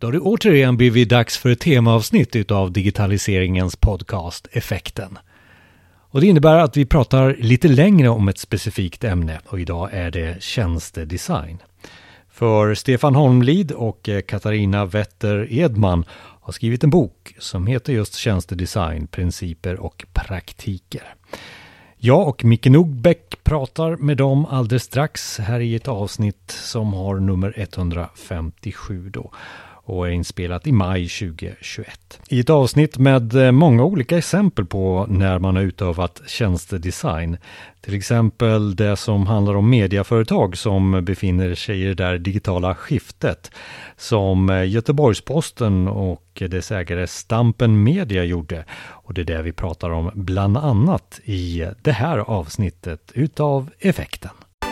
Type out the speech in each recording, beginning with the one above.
Då har det återigen blivit dags för ett temaavsnitt utav digitaliseringens podcast Effekten. Och det innebär att vi pratar lite längre om ett specifikt ämne och idag är det tjänstedesign. För Stefan Holmlid och Katarina Wetter Edman har skrivit en bok som heter just Tjänstedesign, principer och praktiker. Jag och Micke Nordbäck pratar med dem alldeles strax här i ett avsnitt som har nummer 157 då och är inspelat i maj 2021. I ett avsnitt med många olika exempel på när man har utövat tjänstedesign. Till exempel det som handlar om mediaföretag som befinner sig i det där digitala skiftet som Göteborgs-Posten och dess ägare Stampen Media gjorde. Och det är det vi pratar om bland annat i det här avsnittet utav Effekten.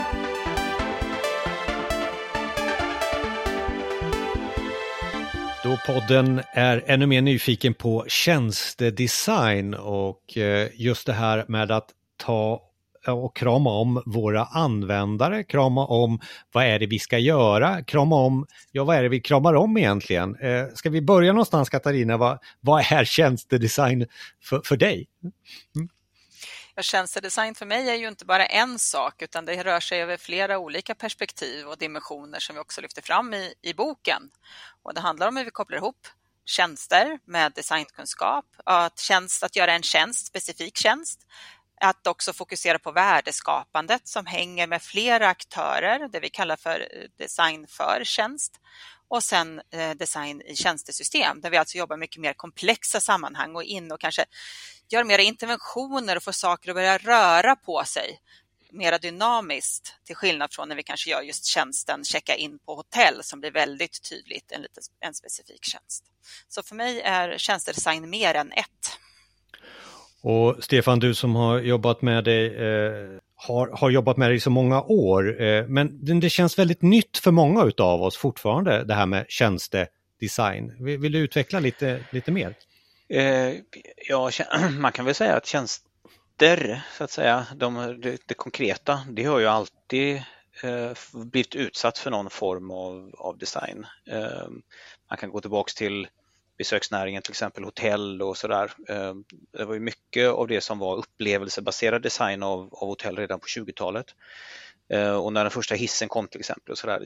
Då podden är ännu mer nyfiken på tjänstedesign och just det här med att ta och krama om våra användare, krama om vad är det vi ska göra, krama om, vad är det vi kramar om egentligen? Ska vi börja någonstans, Katarina? Vad är tjänstedesign för dig? Mm. Ja, tjänstedesign för mig är ju inte bara en sak utan det rör sig över flera olika perspektiv och dimensioner som vi också lyfter fram i boken. Och det handlar om hur vi kopplar ihop tjänster med designkunskap, att göra en tjänst, specifik tjänst, att också fokusera på värdeskapandet som hänger med flera aktörer, det vi kallar för design för tjänst. Och sen design i tjänstesystem där vi alltså jobbar mycket mer komplexa sammanhang och in och kanske gör mera interventioner och får saker att börja röra på sig mera dynamiskt till skillnad från när vi kanske gör just tjänsten checka in på hotell som blir väldigt tydligt en specifik tjänst. Så för mig är tjänstedesign mer än ett. Och Stefan, du som har jobbat med dig har jobbat med det i så många år, men det känns väldigt nytt för många utav oss fortfarande det här med tjänstedesign. Vill du utveckla lite mer? Ja, man kan väl säga att tjänster, så att säga, det konkreta, det har ju alltid blivit utsatt för någon form av design. Man kan gå tillbaka till besöksnäringen, till exempel hotell och sådär. Det var ju mycket av det som var upplevelsebaserad design av hotell redan på 20-talet. Och när den första hissen kom till exempel och sådär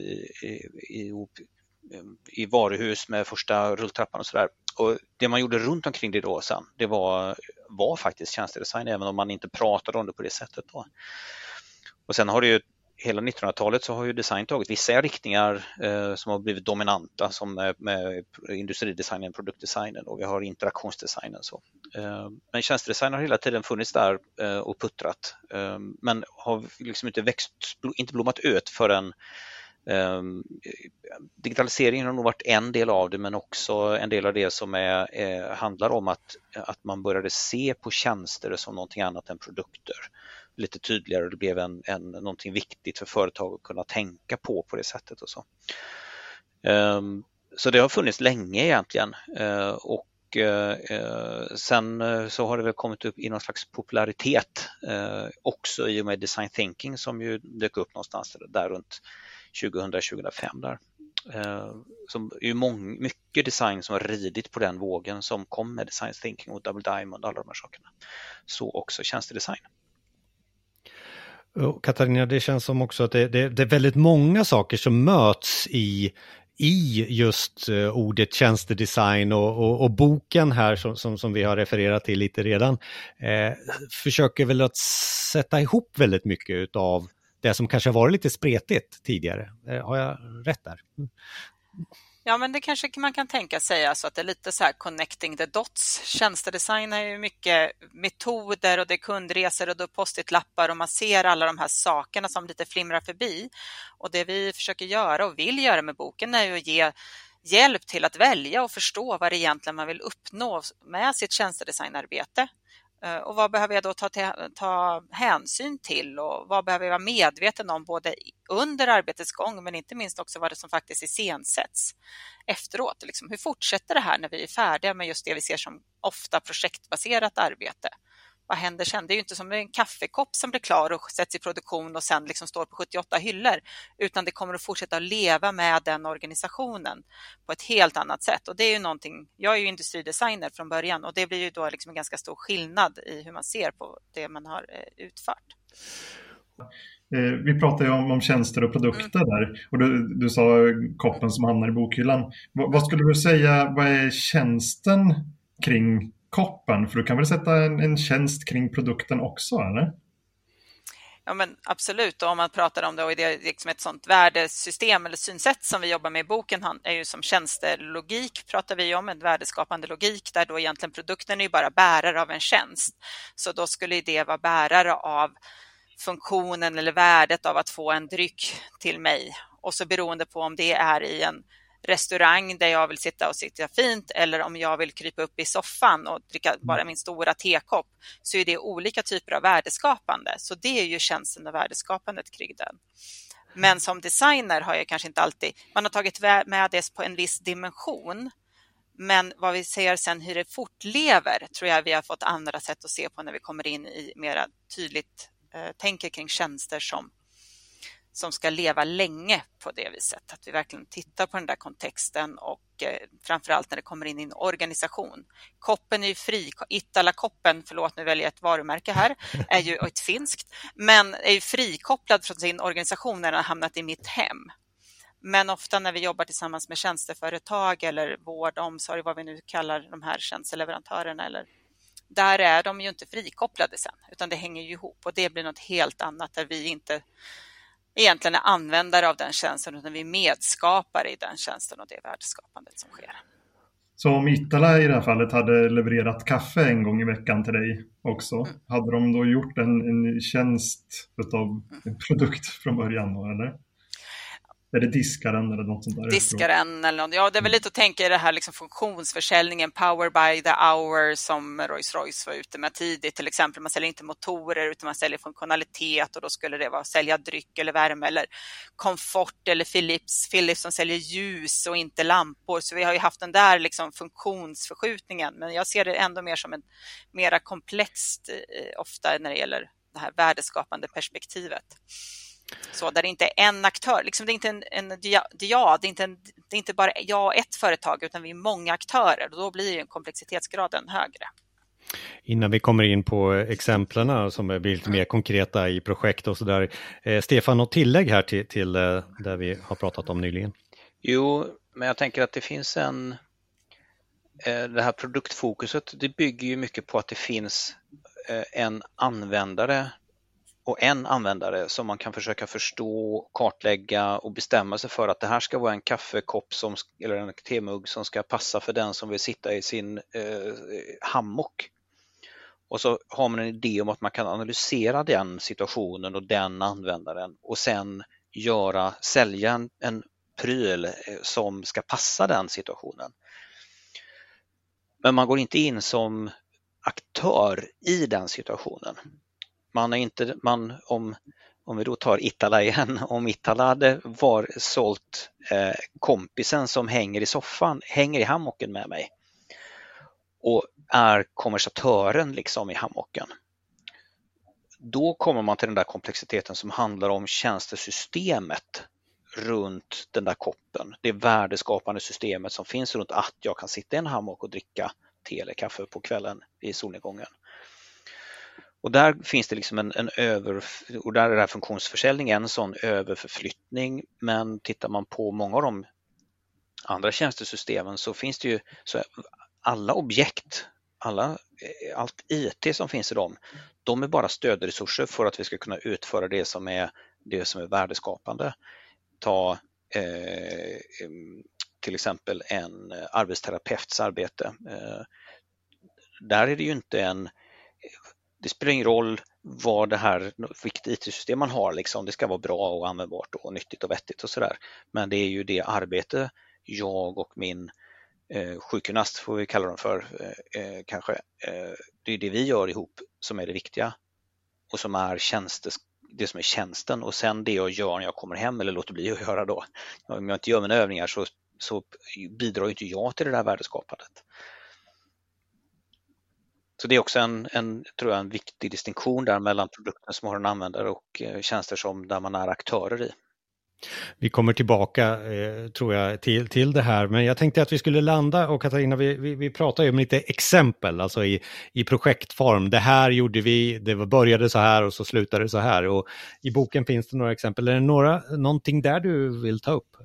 i varuhus med första rulltrappan och sådär. Och det man gjorde runt omkring det då sen, det var faktiskt tjänstedesign även om man inte pratade om det på det sättet då. Och sen har det ju hela 1900-talet så har ju design tagit vissa riktningar som har blivit dominanta som med industridesignen, produktdesignen och vi har interaktionsdesignen så. Men tjänstedesign har hela tiden funnits där och puttrat men har liksom inte blommat ut förrän digitaliseringen har nog varit en del av det men också en del av det som handlar om att man började se på tjänster som någonting annat än produkter lite tydligare och det blev någonting viktigt för företag att kunna tänka på det sättet och så. Så det har funnits länge egentligen och sen så har det väl kommit upp i någon slags popularitet också i och med design thinking som ju dök upp någonstans där runt 2000-2005 där. Som är ju mycket design som har ridit på den vågen som kom med design thinking och double diamond och alla de här sakerna. Så också tjänstedesign. Katarina, det känns som också att det är väldigt många saker som möts i just ordet tjänstedesign och boken här som vi har refererat till lite redan försöker väl att sätta ihop väldigt mycket av det som kanske har varit lite spretigt tidigare. Har jag rätt där? Ja, men det kanske man kan tänka sig alltså att det är lite så här connecting the dots. Tjänstedesign är ju mycket metoder och det är kundresor och det är post-it-lappar och man ser alla de här sakerna som lite flimrar förbi. Och det vi försöker göra och vill göra med boken är ju att ge hjälp till att välja och förstå vad det egentligen man vill uppnå med sitt tjänstedesignarbete. Och vad behöver jag då ta hänsyn till och vad behöver jag vara medveten om både under arbetets gång men inte minst också vad det som faktiskt iscensätts efteråt. Liksom, hur fortsätter det här när vi är färdiga med just det vi ser som ofta projektbaserat arbete? vad händer sen? Det är ju inte som en kaffekopp som blir klar och sätts i produktion och sen liksom står på 78 hyllor, utan det kommer att fortsätta att leva med den organisationen på ett helt annat sätt. Och det är ju någonting, jag är ju industridesigner från början och det blir ju då liksom en ganska stor skillnad i hur man ser på det man har utfört. Vi pratade ju om tjänster och produkter där, och du sa koppen som hamnar i bokhyllan. Vad skulle du säga, vad är tjänsten kring koppen? För du kan väl sätta en tjänst kring produkten också, eller? Ja, men absolut. Och om man pratar om det, och det är liksom ett sånt värdesystem eller synsätt som vi jobbar med i boken är ju som tjänstelogik, pratar vi om, en värdeskapande logik där då egentligen produkten är ju bara bärare av en tjänst. Så då skulle det vara bärare av funktionen eller värdet av att få en dryck till mig. Och så beroende på om det är i en restaurang där jag vill sitta fint eller om jag vill krypa upp i soffan och dricka bara min stora tekopp, så är det olika typer av värdeskapande. Så det är ju tjänsten och värdeskapandet kring den. Men som designer har jag kanske inte alltid, man har tagit med det på en viss dimension, men vad vi ser sen hur det fortlever tror jag vi har fått andra sätt att se på när vi kommer in i mera tydligt tänker kring tjänster som ska leva länge på det viset. Att vi verkligen tittar på den där kontexten och framförallt när det kommer in i en organisation. Koppen är ju fri. Ittala-koppen, förlåt nu väljer jag ett varumärke här, är ju ett finskt, men är ju frikopplad från sin organisation när den har hamnat i mitt hem. Men ofta när vi jobbar tillsammans med tjänsteföretag eller vård, omsorg, vad vi nu kallar de här tjänsteleverantörerna, eller där är de ju inte frikopplade sen, utan det hänger ju ihop och det blir något helt annat där vi inte egentligen är användare av den tjänsten utan vi är medskapare i den tjänsten och det värdeskapandet som sker. Så om Ittala i det här fallet hade levererat kaffe en gång i veckan till dig också, hade de då gjort en tjänst av en produkt från början då, eller? Är det diskaren eller något sånt där? Diskaren eller något. Ja, det är väl lite att tänka i det här liksom funktionsförsäljningen, power by the hour som Rolls-Royce var ute med tidigt. Till exempel, man säljer inte motorer utan man säljer funktionalitet och då skulle det vara sälja dryck eller värme eller komfort eller Philips som säljer ljus och inte lampor. Så vi har ju haft den där liksom funktionsförskjutningen, men jag ser det ändå mer som en mera komplext ofta när det gäller det här värdeskapande perspektivet. Så där det inte är en aktör, liksom det är inte det är inte bara jag och ett företag utan vi är många aktörer och då blir ju komplexitetsgraden högre. Innan vi kommer in på exemplen som blir lite mer konkreta i projekt och sådär. Stefan, något tillägg här till där vi har pratat om nyligen? Jo, men jag tänker att det finns det här produktfokuset, det bygger ju mycket på att det finns en användare och en användare som man kan försöka förstå, kartlägga och bestämma sig för att det här ska vara en kaffekopp eller en temugg som ska passa för den som vill sitta i sin hammock. Och så har man en idé om att man kan analysera den situationen och den användaren och sen sälja en pryl som ska passa den situationen. Men man går inte in som aktör i den situationen. Om vi då tar Ittala igen, om Ittala hade sålt kompisen som hänger i soffan, hänger i hammocken med mig och är konversatören liksom i hammocken, då kommer man till den där komplexiteten som handlar om tjänstesystemet runt den där koppen, det värdeskapande systemet som finns runt att jag kan sitta i en hammock och dricka te eller kaffe på kvällen i solnedgången. Och där finns det liksom och där är det här funktionsförsäljningen en sån överförflyttning, men tittar man på många av de andra tjänstesystemen så finns det ju alla objekt, allt IT som finns i dem, de är bara stödresurser för att vi ska kunna utföra det som är värdeskapande. Ta till exempel en arbetsterapeuts arbete. Där är det ju inte det spelar ingen roll vilket IT-system man har, liksom. Det ska vara bra och användbart och nyttigt och vettigt och sådär. Men det är ju det arbete jag och min sjukgymnast, får vi kalla dem för, kanske. Det är det vi gör ihop som är det viktiga och som är det som är tjänsten, och sen det jag gör när jag kommer hem eller låter bli att göra då. Om jag inte gör mina övningar så bidrar ju inte jag till det där värdeskapandet. Så det är också tror jag, en viktig distinktion där mellan produkter som har en användare och tjänster som där man är aktörer i. Vi kommer tillbaka tror jag till det här, men jag tänkte att vi skulle landa, och Katarina, vi pratar ju om lite exempel, alltså i projektform. Det här gjorde vi, det började så här och så slutade det så här, och i boken finns det några exempel. Är det någonting där du vill ta upp?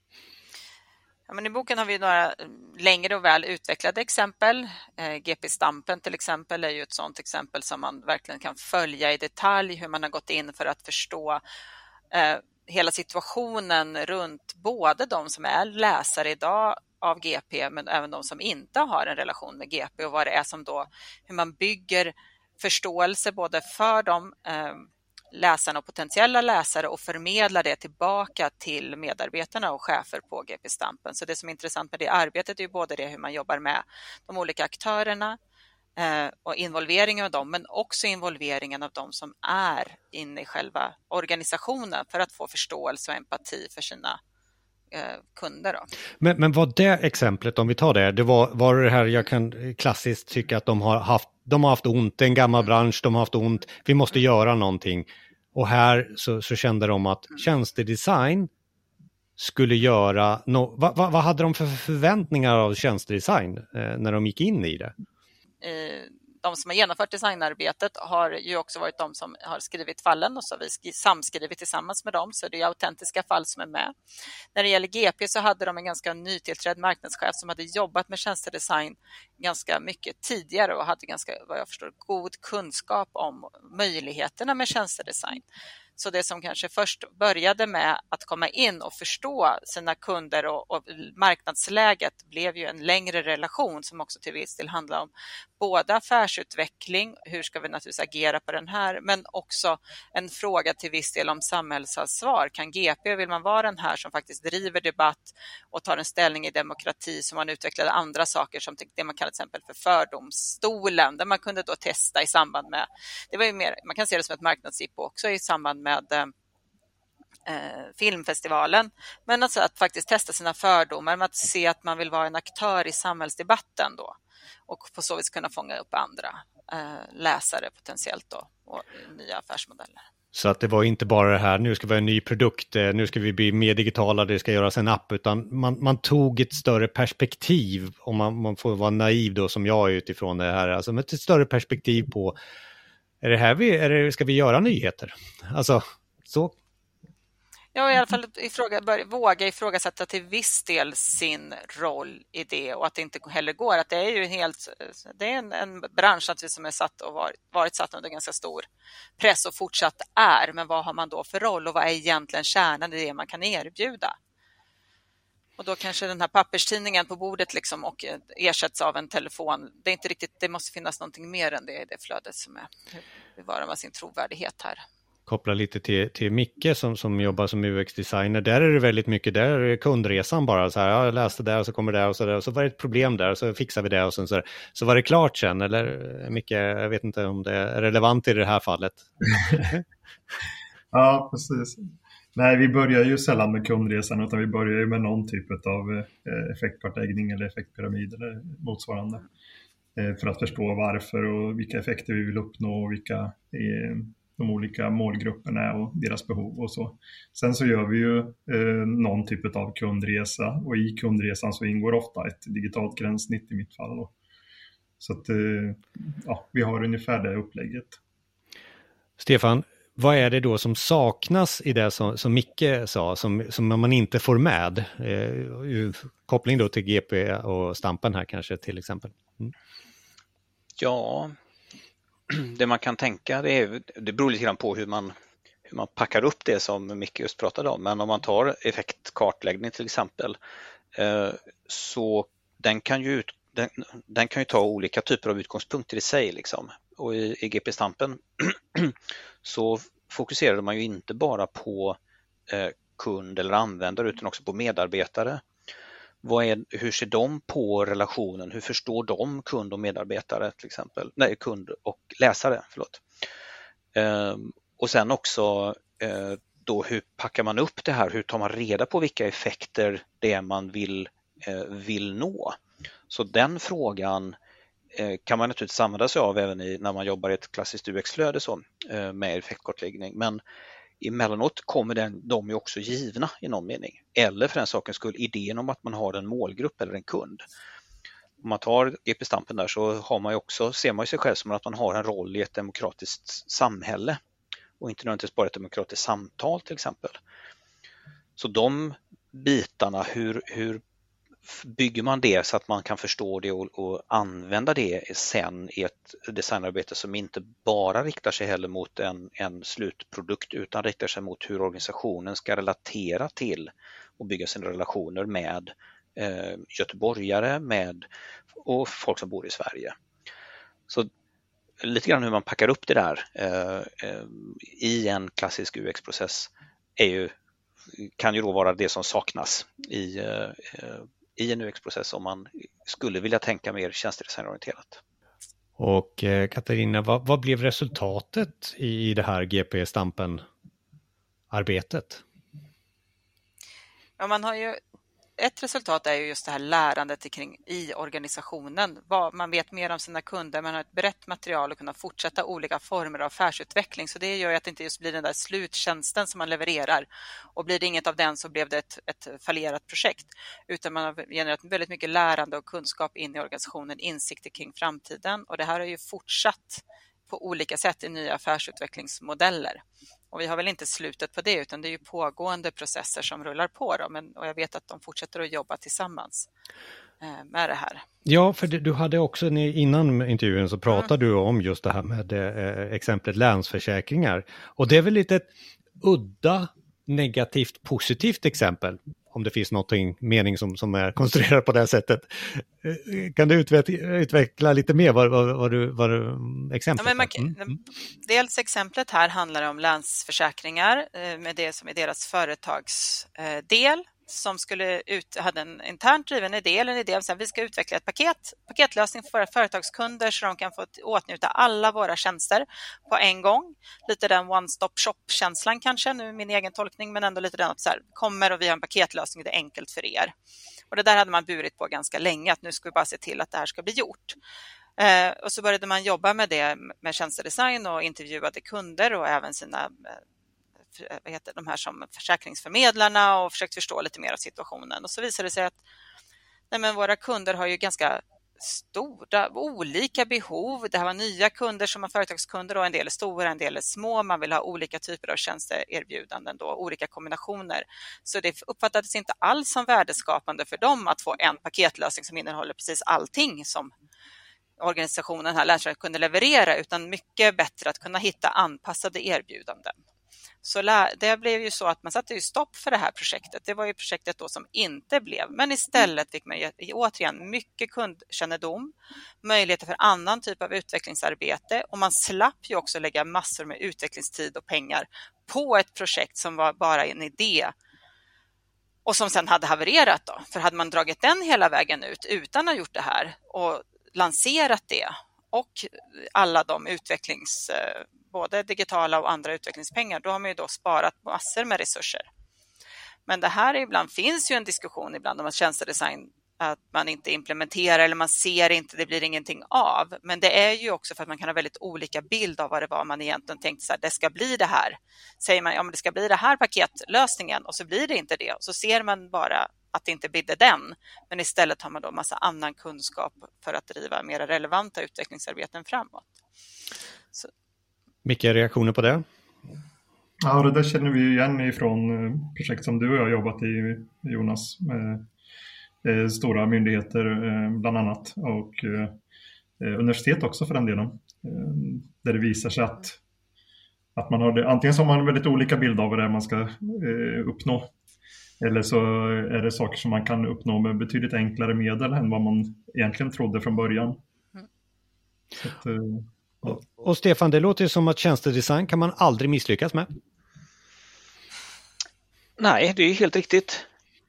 Ja, men i boken har vi några längre och väl utvecklade exempel. GP-stampen till exempel är ju ett sådant exempel som man verkligen kan följa i detalj, hur man har gått in för att förstå hela situationen runt både de som är läsare idag av GP, men även de som inte har en relation med GP, och vad det är som då, hur man bygger förståelse både för de läsarna och potentiella läsare och förmedlar det tillbaka till medarbetarna och chefer på GP-stampen. Så det som är intressant med det arbetet är ju både det hur man jobbar med de olika aktörerna och involveringen av dem, men också involveringen av de som är inne i själva organisationen för att få förståelse och empati för sina kunder. Då. Men vad det exemplet, om vi tar det var det här, jag kan klassiskt tycka att de har haft ont, det är en gammal bransch, de har haft ont, vi måste göra någonting. Och här så kände de att tjänstedesign skulle göra, vad hade de för förväntningar av tjänstedesign när de gick in i det? De som har genomfört designarbetet har ju också varit de som har skrivit fallen, och så har vi samskrivit tillsammans med dem, så det är autentiska fall som är med. När det gäller GP så hade de en ganska nytillträdd marknadschef som hade jobbat med tjänstedesign ganska mycket tidigare och hade ganska, vad jag förstår, god kunskap om möjligheterna med tjänstedesign. Så det som kanske först började med att komma in och förstå sina kunder och marknadsläget blev ju en längre relation som också till viss del handlar om både affärsutveckling, hur ska vi naturligtvis agera på den här, men också en fråga till viss del om samhällsansvar. Kan GP, vill man vara den här som faktiskt driver debatt och tar en ställning i demokrati, som man utvecklade andra saker som det man kallar till exempel för fördomsstolen, där man kunde då testa i samband med, det var ju mer, man kan se det som ett marknadsjippo också i samband med filmfestivalen, men alltså att faktiskt testa sina fördomar med att se att man vill vara en aktör i samhällsdebatten då, och på så vis kunna fånga upp andra läsare potentiellt då, och nya affärsmodeller. Så att det var inte bara det här, nu ska vi ha en ny produkt, nu ska vi bli mer digitala, det ska göras en app, utan man tog ett större perspektiv, och man får vara naiv då som jag är utifrån det här, alltså med ett större perspektiv på, ska vi göra nyheter? Alltså, så. Ja, i alla fall våga ifrågasätta till viss del sin roll i det, och att det inte heller går, att det är ju det är en bransch att vi som är satt och varit satt under ganska stor press och fortsatt är, men vad har man då för roll och vad är egentligen kärnan i det man kan erbjuda? Och då kanske den här papperstidningen på bordet liksom och ersätts av en telefon. Det är inte riktigt, det måste finnas någonting mer än det i det flödet som är bevarar man sin trovärdighet här. Koppla lite till Micke som jobbar som UX-designer. Där är det väldigt mycket, där är kundresan bara så här, jag läste där och så kommer det och så där, och så var det ett problem där och så fixar vi det och så var det klart sen, eller Micke, jag vet inte om det är relevant i det här fallet. Ja, precis. Nej, vi börjar ju sällan med kundresan, utan vi börjar ju med någon typ av effektkartläggning eller effektpyramid eller motsvarande. För att förstå varför och vilka effekter vi vill uppnå och vilka de olika målgrupperna är och deras behov och så. Sen så gör vi ju någon typ av kundresa, och i kundresan så ingår ofta ett digitalt gränssnitt i mitt fall då. Så att vi har ungefär det upplägget. Stefan, vad är det då som saknas i det som Micke sa, som man inte får med? Koppling då till GP och stampen här kanske till exempel. Mm. Ja, det man kan tänka, det beror lite grann på hur man packar upp det som Micke just pratade om. Men om man tar effektkartläggning till exempel, så den kan ju ta olika typer av utgångspunkter i sig. Liksom. Och i GP-stampen så fokuserade man ju inte bara på kund eller användare utan också på medarbetare. Hur ser de på relationen? Hur förstår de kund och medarbetare till exempel? Nej, kund och läsare, förlåt. Och sen också då hur packar man upp det här? Hur tar man reda på vilka effekter det är man vill nå? Så den frågan kan man naturligtvis använda sig av även när man jobbar i ett klassiskt UX-flöde med effektkartläggning. Men emellanåt kommer de ju också givna i någon mening. Eller för den sakens skull idén om att man har en målgrupp eller en kund. Om man tar GP-stampen där så ser man ju sig själv som att man har en roll i ett demokratiskt samhälle och inte nödvändigtvis bara ett demokratiskt samtal till exempel. Så de bitarna, hur bygger man det så att man kan förstå det och använda det sen i ett designarbete som inte bara riktar sig heller mot en slutprodukt utan riktar sig mot hur organisationen ska relatera till och bygga sina relationer med göteborgare och folk som bor i Sverige. Så lite grann hur man packar upp det där i en klassisk UX-process kan ju då vara det som saknas i en UX-process om man skulle vilja tänka mer tjänstedesignorienterat. Och Katarina, vad blev resultatet i det här GP-stampen-arbetet? Ja, man har ju ett resultat är ju just det här lärandet i organisationen. Man vet mer om sina kunder, man har ett brett material och kunna fortsätta olika former av affärsutveckling. Så det gör ju att det inte just blir den där sluttjänsten som man levererar. Och blir det inget av den så blev det ett fallerat projekt. Utan man har genererat väldigt mycket lärande och kunskap in i organisationen, insikter kring framtiden. Och det här har ju fortsatt på olika sätt i nya affärsutvecklingsmodeller. Och vi har väl inte slutet på det utan det är ju pågående processer som rullar på dem. Och jag vet att de fortsätter att jobba tillsammans med det här. Ja, för du hade också innan intervjun så pratade du om just det här med exemplet Länsförsäkringar. Och det är väl lite ett udda, negativt, positivt exempel. Om det finns mening som är konstruerad på det här sättet. Kan du utveckla lite mer vad exemplet Dels exemplet här handlar om Länsförsäkringar med det som är deras företagsdel som hade en internt driven idé eller en idé om att vi ska utveckla ett paketlösning för våra företagskunder så de kan få åtnjuta alla våra tjänster på en gång. Lite den one-stop-shop-känslan kanske, nu min egen tolkning, men ändå lite den att så här, kommer och vi har en paketlösning, det är enkelt för er. Och det där hade man burit på ganska länge, att nu ska vi bara se till att det här ska bli gjort. Och så började man jobba med det med tjänstedesign och intervjuade kunder och även sina de här som försäkringsförmedlarna och försökt förstå lite mer av situationen. Och så visade det sig att våra kunder har ju ganska stora olika behov. Det här var nya kunder som var företagskunder och en del är stora, en del är små. Man vill ha olika typer av tjänsteerbjudanden då, olika kombinationer. Så det uppfattades inte alls som värdeskapande för dem att få en paketlösning som innehåller precis allting som organisationen här lärare kunde leverera, utan mycket bättre att kunna hitta anpassade erbjudanden. Så det blev ju så att man satte ju stopp för det här projektet. Det var ju projektet då som inte blev. Men istället fick man återigen mycket kundkännedom, möjligheter för annan typ av utvecklingsarbete och man slapp ju också lägga massor med utvecklingstid och pengar på ett projekt som var bara en idé och som sen hade havererat då. För hade man dragit den hela vägen ut utan att ha gjort det här och lanserat det och alla de både digitala och andra utvecklingspengar, då har man ju då sparat massor med resurser. Men det här finns ju en diskussion ibland om att tjänstedesign, att man inte implementerar eller man ser inte, det blir ingenting av. Men det är ju också för att man kan ha väldigt olika bild av vad det var man egentligen tänkte så här, det ska bli det här. Säger man, ja men det ska bli det här paketlösningen och så blir det inte det. Och så ser man bara att det inte blir den. Men istället har man då massa annan kunskap för att driva mer relevanta utvecklingsarbeten framåt. Så. Vilka reaktioner på det? Ja, det där känner vi igen ifrån projekt som du och jag har jobbat i, Jonas, med stora myndigheter bland annat och universitet också för den delen. Där det visar sig att man har det, antingen så har man väldigt olika bild av vad det är man ska uppnå. Eller så är det saker som man kan uppnå med betydligt enklare medel än vad man egentligen trodde från början. Så att, och Stefan, det låter som att tjänstedesign kan man aldrig misslyckas med. Nej, det är helt riktigt.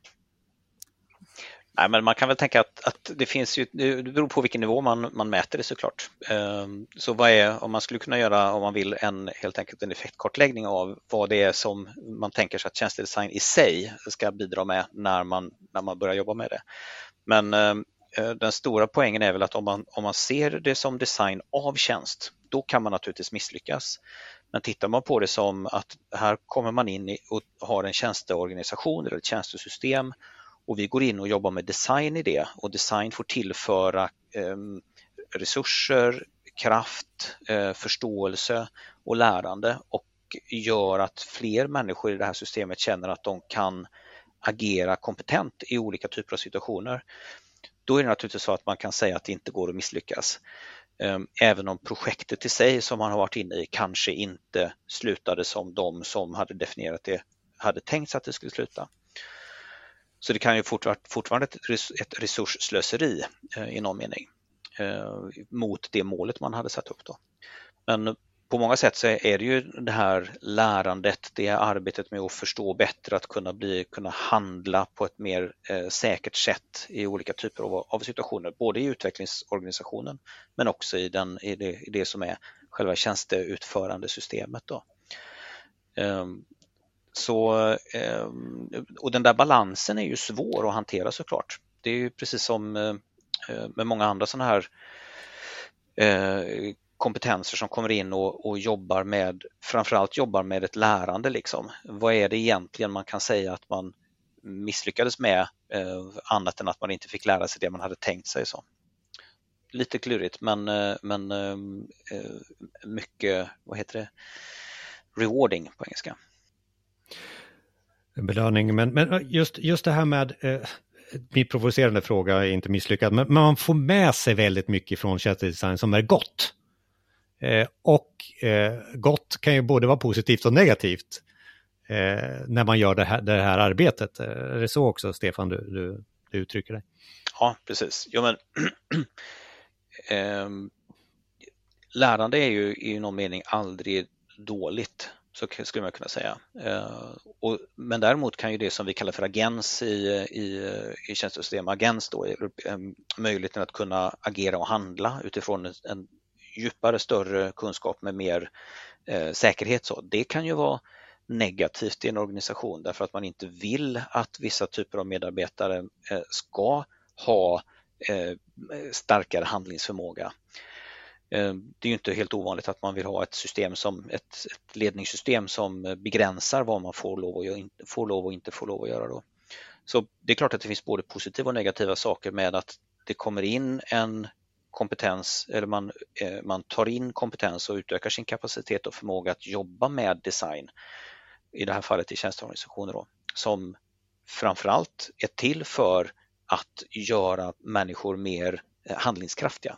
Nej, men man kan väl tänka att det finns ju, det beror på vilken nivå man mäter det såklart. Så vad är, om man skulle kunna göra, om man vill, helt enkelt en effektkartläggning av vad det är som man tänker sig att tjänstedesign i sig ska bidra med när man börjar jobba med det. Men den stora poängen är väl att om man ser det som design av tjänst, då kan man naturligtvis misslyckas. Men tittar man på det som att här kommer man in och har en tjänsteorganisation eller ett tjänstesystem och vi går in och jobbar med design i det och design får tillföra resurser, kraft, förståelse och lärande och gör att fler människor i det här systemet känner att de kan agera kompetent i olika typer av situationer. Då är det naturligtvis så att man kan säga att det inte går att misslyckas. Även om projektet i sig som man har varit inne i kanske inte slutade som de som hade definierat det hade tänkt sig att det skulle sluta. Så det kan ju fortfarande ett resursslöseri i någon mening mot det målet man hade satt upp då. Men på många sätt så är det ju det här lärandet, det arbetet med att förstå bättre, att kunna handla på ett mer säkert sätt i olika typer av situationer, både i utvecklingsorganisationen men också i det som är själva tjänsteutförande systemet då. Och den där balansen är ju svår att hantera såklart. Det är ju precis som med många andra sådana här kompetenser som kommer in och framförallt jobbar med ett lärande liksom. Vad är det egentligen man kan säga att man misslyckades med annat än att man inte fick lära sig det man hade tänkt sig så. Lite klurigt men mycket, vad heter det? Rewarding på engelska. Belöning, men just det här med min provocerande fråga är inte misslyckad, men man får med sig väldigt mycket från tjänstedesign som är gott. Och gott kan ju både vara positivt och negativt när man gör det här arbetet. Är det så också, Stefan, du uttrycker dig? Ja, precis. Jo, men lärande är ju i någon mening aldrig dåligt, så skulle man kunna säga. Men däremot kan ju det som vi kallar för agens i tjänstesystem, agens då, möjligheten att kunna agera och handla utifrån en djupare, större kunskap med mer säkerhet. Så det kan ju vara negativt i en organisation därför att man inte vill att vissa typer av medarbetare ska ha starkare handlingsförmåga. Det är ju inte helt ovanligt att man vill ha ett system som ett ledningssystem som begränsar vad man får lov och inte får lov att göra då. Så det är klart att det finns både positiva och negativa saker med att det kommer in en kompetens, eller man tar in kompetens och utökar sin kapacitet och förmåga att jobba med design, i det här fallet i tjänsteorganisationer då, som framförallt är till för att göra människor mer handlingskraftiga.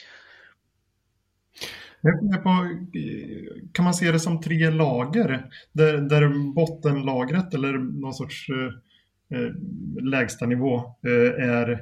Kan man se det som 3 lager? Där bottenlagret eller någon sorts lägsta nivå är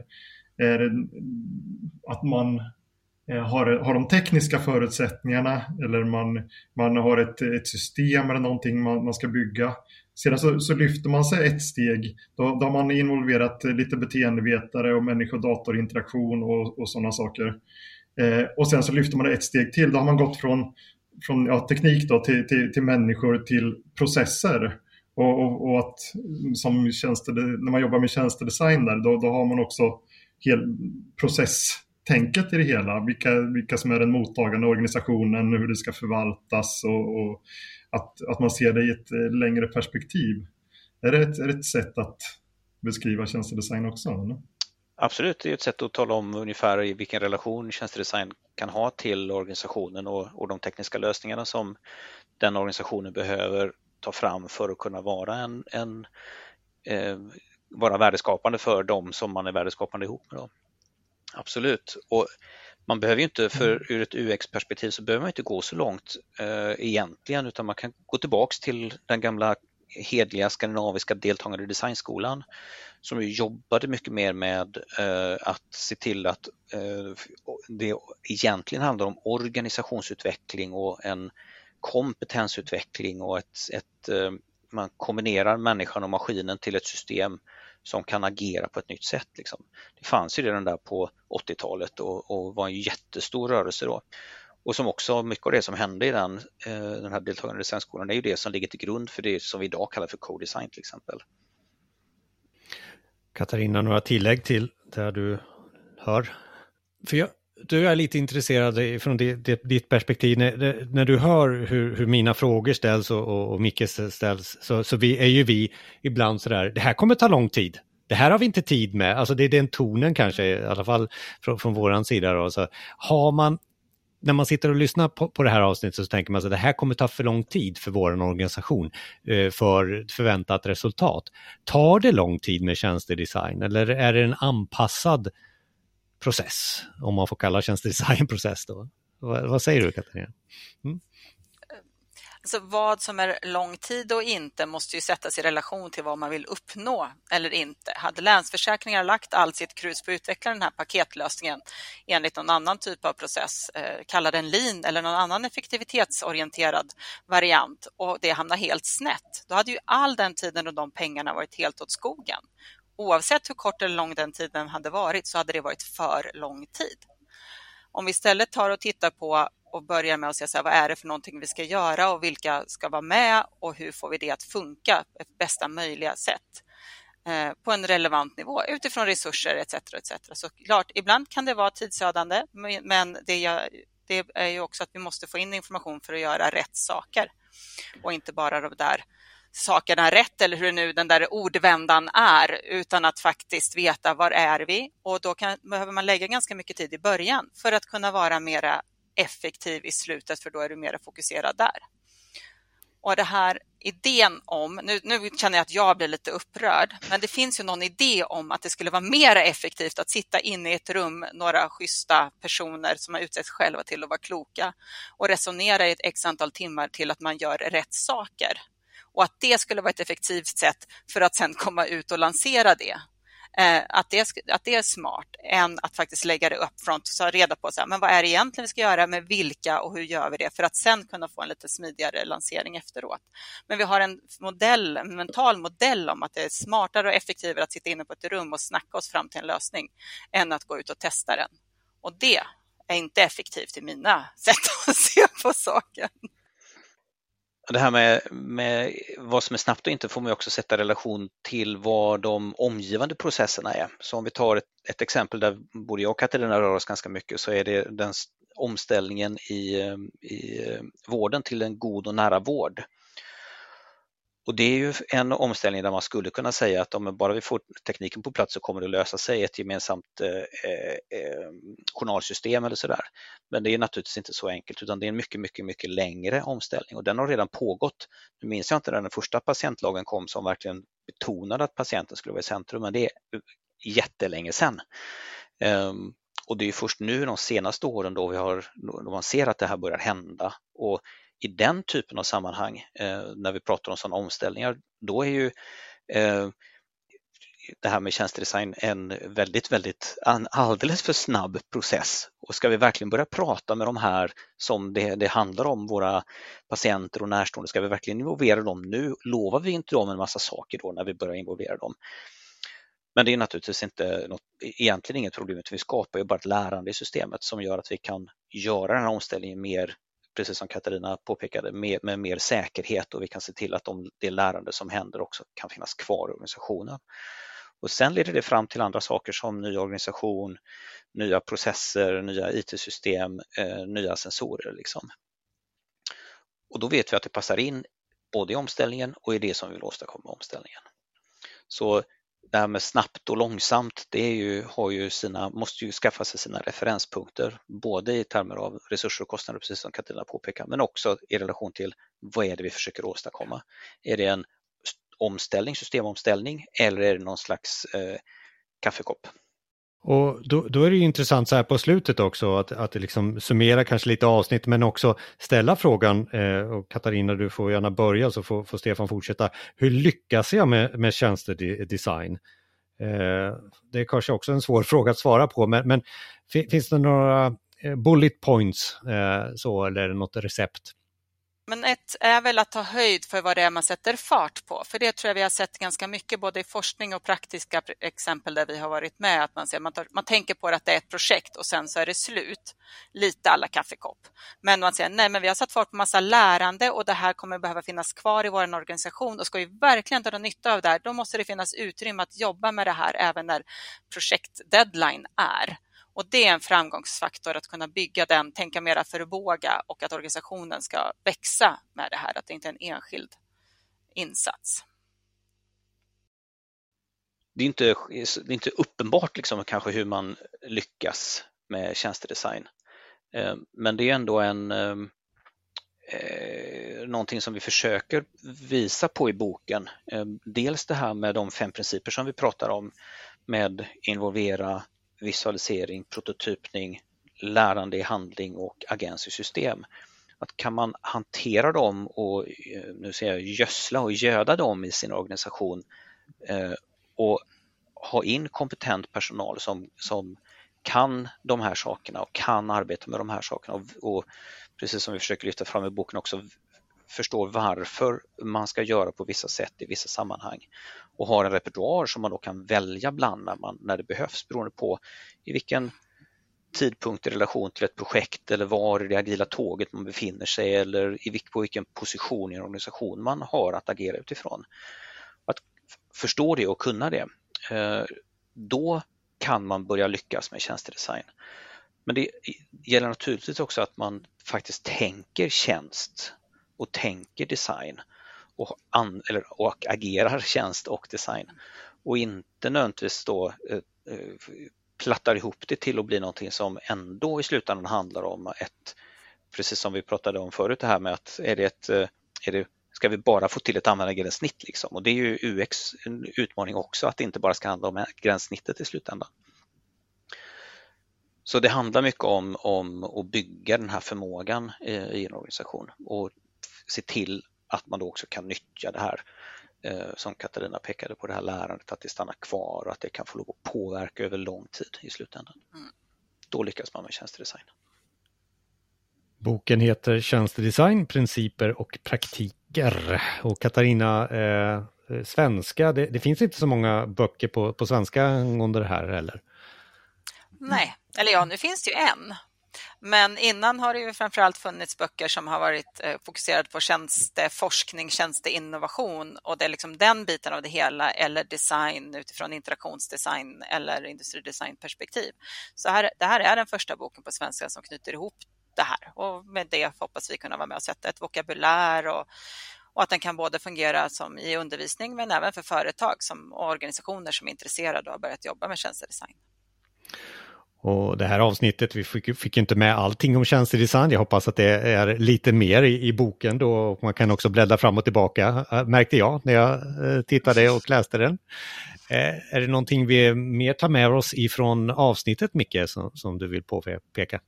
att man har de tekniska förutsättningarna, eller man har ett system eller någonting man ska bygga. Sedan så lyfter man sig ett steg. Då har man involverat lite beteendevetare och människo-datorinteraktion och sådana saker. Och sen så lyfter man det ett steg till. Då har man gått från teknik då, till människor, till processer. Och att när man jobbar med tjänstedesign där, då har man också processtänket i det hela. Vilka som är den mottagande organisationen, hur det ska förvaltas och att man ser det i ett längre perspektiv. Är det ett sätt att beskriva tjänstedesign också? Eller? Absolut, det är ett sätt att tala om ungefär i vilken relation tjänstedesign kan ha till organisationen och de tekniska lösningarna som den organisationen behöver ta fram för att kunna vara vara värdeskapande för dem som man är värdeskapande ihop med. Då. Absolut, och man behöver ju inte, ur ett UX-perspektiv så behöver man inte gå så långt egentligen, utan man kan gå tillbaks till den gamla hedliga skandinaviska deltagande designskolan som ju jobbade mycket mer med att se till att det egentligen handlar om organisationsutveckling och en kompetensutveckling och man kombinerar människan och maskinen till ett system som kan agera på ett nytt sätt. Liksom. Det fanns ju redan där på 80-talet och var en jättestor rörelse då. Och som också mycket av det som hände i den här deltagande designskolan är ju det som ligger till grund för det som vi idag kallar för co-design till exempel. Katarina, några tillägg till där du hör. För du är lite intresserad från ditt perspektiv. När du hör hur mina frågor ställs och Mickes ställs, så är vi ibland sådär, det här kommer ta lång tid. Det här har vi inte tid med. Alltså det är den tonen kanske, i alla fall från våran sida. Då. Så när man sitter och lyssnar på det här avsnittet så tänker man att det här kommer ta för lång tid för vår organisation för förväntat resultat. Tar det lång tid med tjänstedesign eller är det en anpassad process, om man får kalla tjänstedesign-process då? Vad säger du, Katarina? Alltså vad som är lång tid och inte måste ju sättas i relation till vad man vill uppnå eller inte. Hade Länsförsäkringar lagt allt sitt krut på att utveckla den här paketlösningen enligt någon annan typ av process, kalla den lean eller någon annan effektivitetsorienterad variant, och det hamnar helt snett, då hade ju all den tiden och de pengarna varit helt åt skogen. Oavsett hur kort eller lång den tiden hade varit så hade det varit för lång tid. Om vi istället tar och tittar på och börjar med att säga så här, vad är det för någonting vi ska göra och vilka ska vara med och hur får vi det att funka på bästa möjliga sätt på en relevant nivå utifrån resurser etc. Så klart, ibland kan det vara tidsödande, men det är ju också att vi måste få in information för att göra rätt saker och inte bara de där sakerna rätt eller hur nu den där ordvändan är, utan att faktiskt veta var är vi, och då behöver man lägga ganska mycket tid i början för att kunna vara mera effektiv i slutet, för då är du mer fokuserad där. Och det här idén om, nu känner jag att jag blir lite upprörd, men det finns ju någon idé om att det skulle vara mer effektivt att sitta inne i ett rum, några schyssta personer som har utsett själva till att vara kloka och resonera i ett x antal timmar till att man gör rätt saker. Och att det skulle vara ett effektivt sätt för att sen komma ut och lansera det. Att det är smart än att faktiskt lägga det upp front och ta reda på så här, men vad är det egentligen vi ska göra med vilka och hur gör vi det för att sen kunna få en lite smidigare lansering efteråt. Men vi har en mental modell om att det är smartare och effektivare att sitta inne på ett rum och snacka oss fram till en lösning än att gå ut och testa den. Och det är inte effektivt i mina sätt att se på saken. Det här med vad som är snabbt och inte får man också sätta i relation till vad de omgivande processerna är. Så om vi tar ett exempel där både jag och Katarina rör oss ganska mycket, så är det den omställningen i vården till en god och nära vård. Och det är ju en omställning där man skulle kunna säga att om bara vi får tekniken på plats så kommer det lösa sig, ett gemensamt journalsystem eller sådär. Men det är naturligtvis inte så enkelt, utan det är en mycket längre omställning, och den har redan pågått. Nu minns jag inte när den första patientlagen kom som verkligen betonade att patienten skulle vara i centrum, men det är jättelänge sedan. Och det är först nu de senaste åren då man ser att det här börjar hända, och i den typen av sammanhang, när vi pratar om sådana omställningar, då är ju det här med tjänstedesign en alldeles för snabb process. Och ska vi verkligen börja prata med de här som det handlar om, våra patienter och närstående, ska vi verkligen involvera dem nu? Lovar vi inte dem en massa saker då när vi börjar involvera dem? Men det är naturligtvis egentligen inget problem, utan vi skapar ju bara ett lärande i systemet som gör att vi kan göra den här omställningen mer, precis som Katarina påpekade, med mer säkerhet, och vi kan se till att det lärande som händer också kan finnas kvar i organisationen. Och sen leder det fram till andra saker som ny organisation, nya processer, nya IT-system, nya sensorer liksom. Och då vet vi att det passar in både i omställningen och i det som vi vill åstadkomma omställningen. Så det här med snabbt och långsamt, måste ju skaffa sig sina referenspunkter, både i termer av resurser och kostnader, precis som Katarina påpekar, men också i relation till vad är det vi försöker åstadkomma. Är det en systemomställning, eller är det någon slags kaffekopp? Och då är det ju intressant så här på slutet också att liksom summera kanske lite avsnitt, men också ställa frågan, och Katarina, du får gärna börja så får Stefan fortsätta. Hur lyckas jag med tjänstedesign? Det är kanske också en svår fråga att svara på, men finns det några bullet points eller är det något recept? Men ett är väl att ta höjd för vad det är man sätter fart på. För det tror jag vi har sett ganska mycket både i forskning och praktiska exempel där vi har varit med. Att man tänker på att det är ett projekt och sen så är det slut. Lite alla kaffekopp. Men man säger nej, men vi har satt fart på massa lärande och det här kommer behöva finnas kvar i vår organisation. Och ska vi verkligen ta nytta av det här, då måste det finnas utrymme att jobba med det här även när projektdeadline är. Och det är en framgångsfaktor att kunna bygga den, tänka mera förmåga och att organisationen ska växa med det här, att det inte är en enskild insats. Det är inte uppenbart liksom, kanske hur man lyckas med tjänstedesign. Men det är ändå någonting som vi försöker visa på i boken. Dels det här med de 5 principer som vi pratar om med involvera, visualisering, prototypning, lärande i handling och agens i system. Att kan man hantera dem och nu säger jag gödsla och göda dem i sin organisation och ha in kompetent personal som kan de här sakerna och kan arbeta med de här sakerna och precis som vi försöker lyfta fram i boken också förstår varför man ska göra på vissa sätt i vissa sammanhang och har en repertoar som man då kan välja bland när det behövs beroende på i vilken tidpunkt i relation till ett projekt eller var i det agila tåget man befinner sig eller på vilken position i en organisation man har att agera utifrån. Att förstå det och kunna det, då kan man börja lyckas med tjänstedesign. Men det gäller naturligtvis också att man faktiskt tänker tjänst och tänker design och agerar tjänst och design och inte nödvändigtvis då plattar ihop det till att bli någonting som ändå i slutändan handlar om precis som vi pratade om förut det här med att ska vi bara få till ett användargränssnitt liksom? Och det är ju UX en utmaning också att det inte bara ska handla om gränssnittet i slutändan. Så det handlar mycket om att bygga den här förmågan i en organisation och se till att man då också kan nyttja det här som Katarina pekade på, det här lärandet, att det stannar kvar och att det kan få lov att påverka över lång tid i slutändan. Då lyckas man med tjänstedesign. Boken heter Tjänstedesign, principer och praktiker. Och Katarina, svenska, det finns inte så många böcker på svenska angående det här heller. Nej, eller ja, nu finns det ju en. Men innan har det ju framförallt funnits böcker som har varit fokuserade på tjänsteforskning, tjänsteinnovation och det är liksom den biten av det hela eller design utifrån interaktionsdesign eller industridesignperspektiv. Så det här är den första boken på svenska som knyter ihop det här och med det hoppas vi kunna vara med och sätta ett vokabulär och att den kan både fungera som i undervisning men även för företag och organisationer som är intresserade och har börjat jobba med tjänstedesign. Och det här avsnittet, vi fick inte med allting om tjänstedesign. Jag hoppas att det är lite mer i boken då. Och man kan också bläddra fram och tillbaka, märkte jag när jag tittade och läste den. Är det någonting vi mer tar med oss ifrån avsnittet, Micke, som du vill påpeka?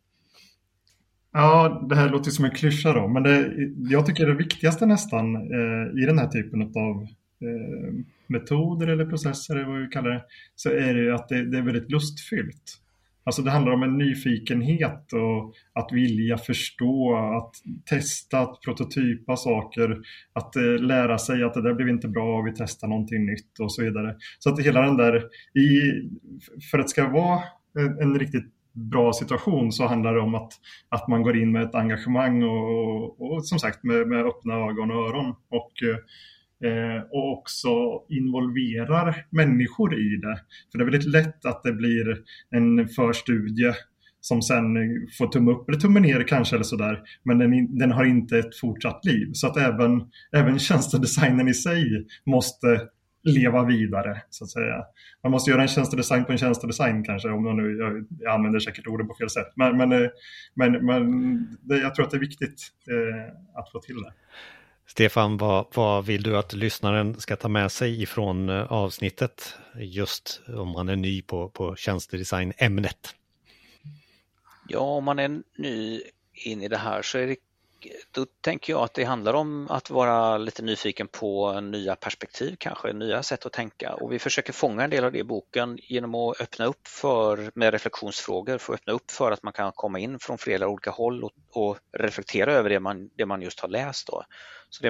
Ja, det här låter som en klyscha då. Men jag tycker det viktigaste nästan i den här typen av metoder eller processer, eller vad vi kallar det, så är det att det är väldigt lustfyllt. Alltså det handlar om en nyfikenhet och att vilja förstå, att testa, att prototypa saker, att lära sig att det där blev inte bra och vi testar någonting nytt och så vidare. Så att hela den där, för att det ska vara en riktigt bra situation så handlar det om att man går in med ett engagemang och som sagt med öppna ögon och öron och också involverar människor i det. För det är väldigt lätt att det blir en förstudie som sen får tumme upp eller tumme ner kanske eller sådär. Men den har inte ett fortsatt liv. Så att även tjänstedesignen i sig måste leva vidare så att säga. Man måste göra en tjänstedesign på en tjänstedesign kanske, om jag använder säkert orden på fel sätt. Men jag tror att det är viktigt att få till det. Stefan, vad vill du att lyssnaren ska ta med sig ifrån avsnittet just om man är ny på tjänstedesign-ämnet? Ja, om man är ny in i det här så då tänker jag att det handlar om att vara lite nyfiken på nya perspektiv kanske, nya sätt att tänka. Och vi försöker fånga en del av det i boken genom att öppna upp med reflektionsfrågor, för att öppna upp för att man kan komma in från flera olika håll och reflektera över det man just har läst då. Så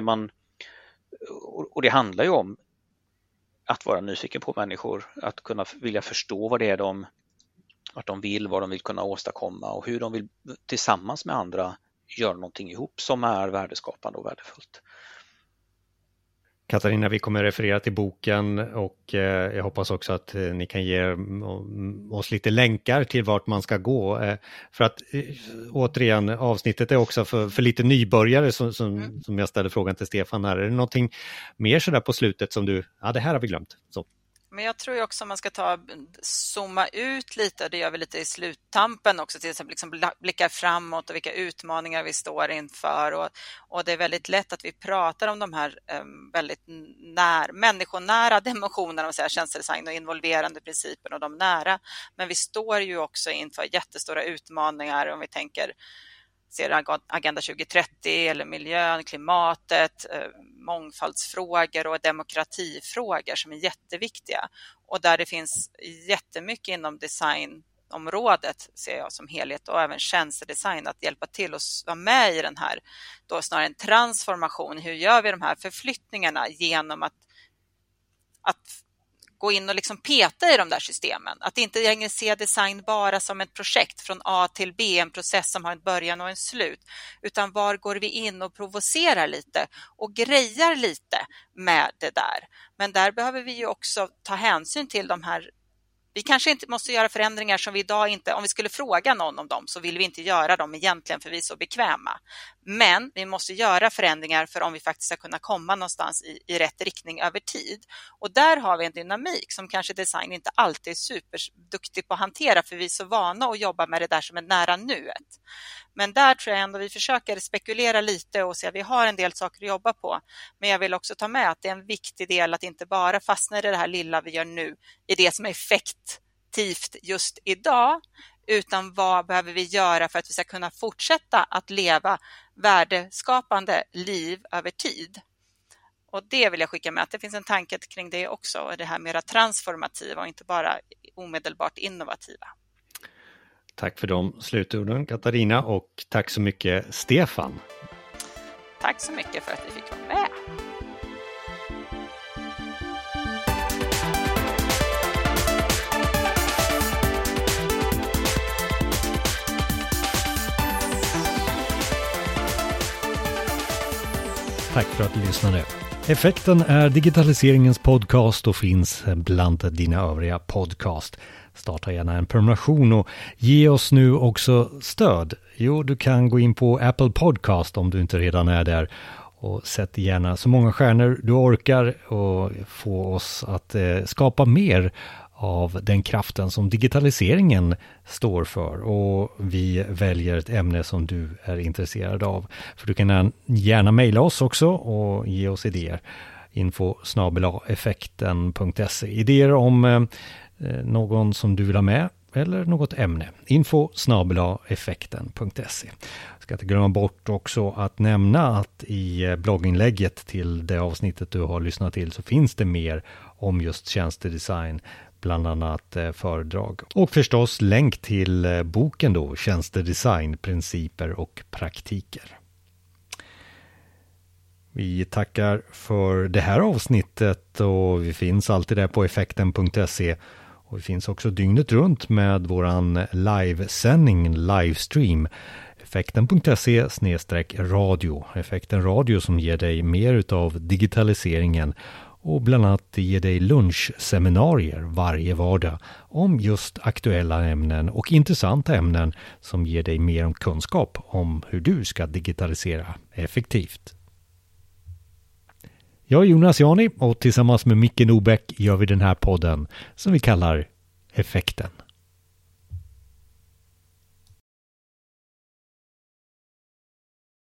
det handlar ju om att vara nyfiken på människor, att kunna vilja förstå vad det är vad de vill kunna åstadkomma och hur de vill tillsammans med andra göra någonting ihop som är värdeskapande och värdefullt. Katarina, vi kommer referera till boken och jag hoppas också att ni kan ge oss lite länkar till vart man ska gå. För att återigen, avsnittet är också för lite nybörjare som jag ställde frågan till Stefan här. Är det någonting mer sådär på slutet som det här har vi glömt? Så. Men jag tror ju också man ska zooma ut lite, det gör vi lite i sluttampen också, till exempel liksom blicka framåt och vilka utmaningar vi står inför. Och det är väldigt lätt att vi pratar om de här väldigt människonära dimensionerna, om säger tjänstedesign och involverande principer och de nära. Men vi står ju också inför jättestora utmaningar om vi ser Agenda 2030 eller miljön, klimatet, mångfaldsfrågor och demokratifrågor som är jätteviktiga. Och där det finns jättemycket inom designområdet, ser jag som helhet, och även tjänstedesign att hjälpa till och vara med i den här, då snarare en transformation. Hur gör vi de här förflyttningarna genom att gå in och liksom peta i de där systemen. Att inte längre se design bara som ett projekt från A till B, en process som har en början och en slut. Utan var går vi in och provocerar lite och grejar lite med det där. Men där behöver vi ju också ta hänsyn till de här. Vi kanske inte måste göra förändringar som vi idag inte, om vi skulle fråga någon om dem så vill vi inte göra dem egentligen för vi är så bekväma. Men vi måste göra förändringar för om vi faktiskt ska kunna komma någonstans i rätt riktning över tid. Och där har vi en dynamik som kanske design inte alltid är superduktig på att hantera, för vi är så vana att jobba med det där som är nära nuet. Men där tror jag ändå vi försöker spekulera lite och se att vi har en del saker att jobba på. Men jag vill också ta med att det är en viktig del att inte bara fastna i det här lilla vi gör nu, i det som är effektivt just idag, utan vad behöver vi göra för att vi ska kunna fortsätta att leva värdeskapande liv över tid. Och det vill jag skicka med, att det finns en tanke kring det också, och det här mera transformativa och inte bara omedelbart innovativa. Tack för de slutorden, Katarina, och tack så mycket, Stefan. Tack så mycket för att vi fick vara med. Tack för att du lyssnade. Effekten är digitaliseringens podcast och finns bland dina övriga podcast. Starta gärna en prenumeration och ge oss nu också stöd. Jo, du kan gå in på Apple Podcast om du inte redan är där och sätt gärna så många stjärnor du orkar och få oss att skapa mer av den kraften som digitaliseringen står för, och vi väljer ett ämne som du är intresserad av. För du kan gärna mejla oss också och ge oss idéer. info@effekten.se. Idéer om någon som du vill ha med eller något ämne. info@effekten.se. Jag ska inte glömma bort också att nämna att i blogginlägget till det avsnittet du har lyssnat till så finns det mer om just tjänstedesign, bland annat föredrag. Och förstås länk till boken då, Tjänstedesign, principer och praktiker. Vi tackar för det här avsnittet och vi finns alltid där på effekten.se. Och vi finns också dygnet runt med våran livesändning, livestream. Effekten.se/radio. Effekten radio som ger dig mer utav digitaliseringen och bland annat ger dig lunchseminarier varje vardag om just aktuella ämnen och intressanta ämnen som ger dig mer om kunskap om hur du ska digitalisera effektivt. Jag är Jonas Jani och tillsammans med Micke Nobäck gör vi den här podden som vi kallar Effekten.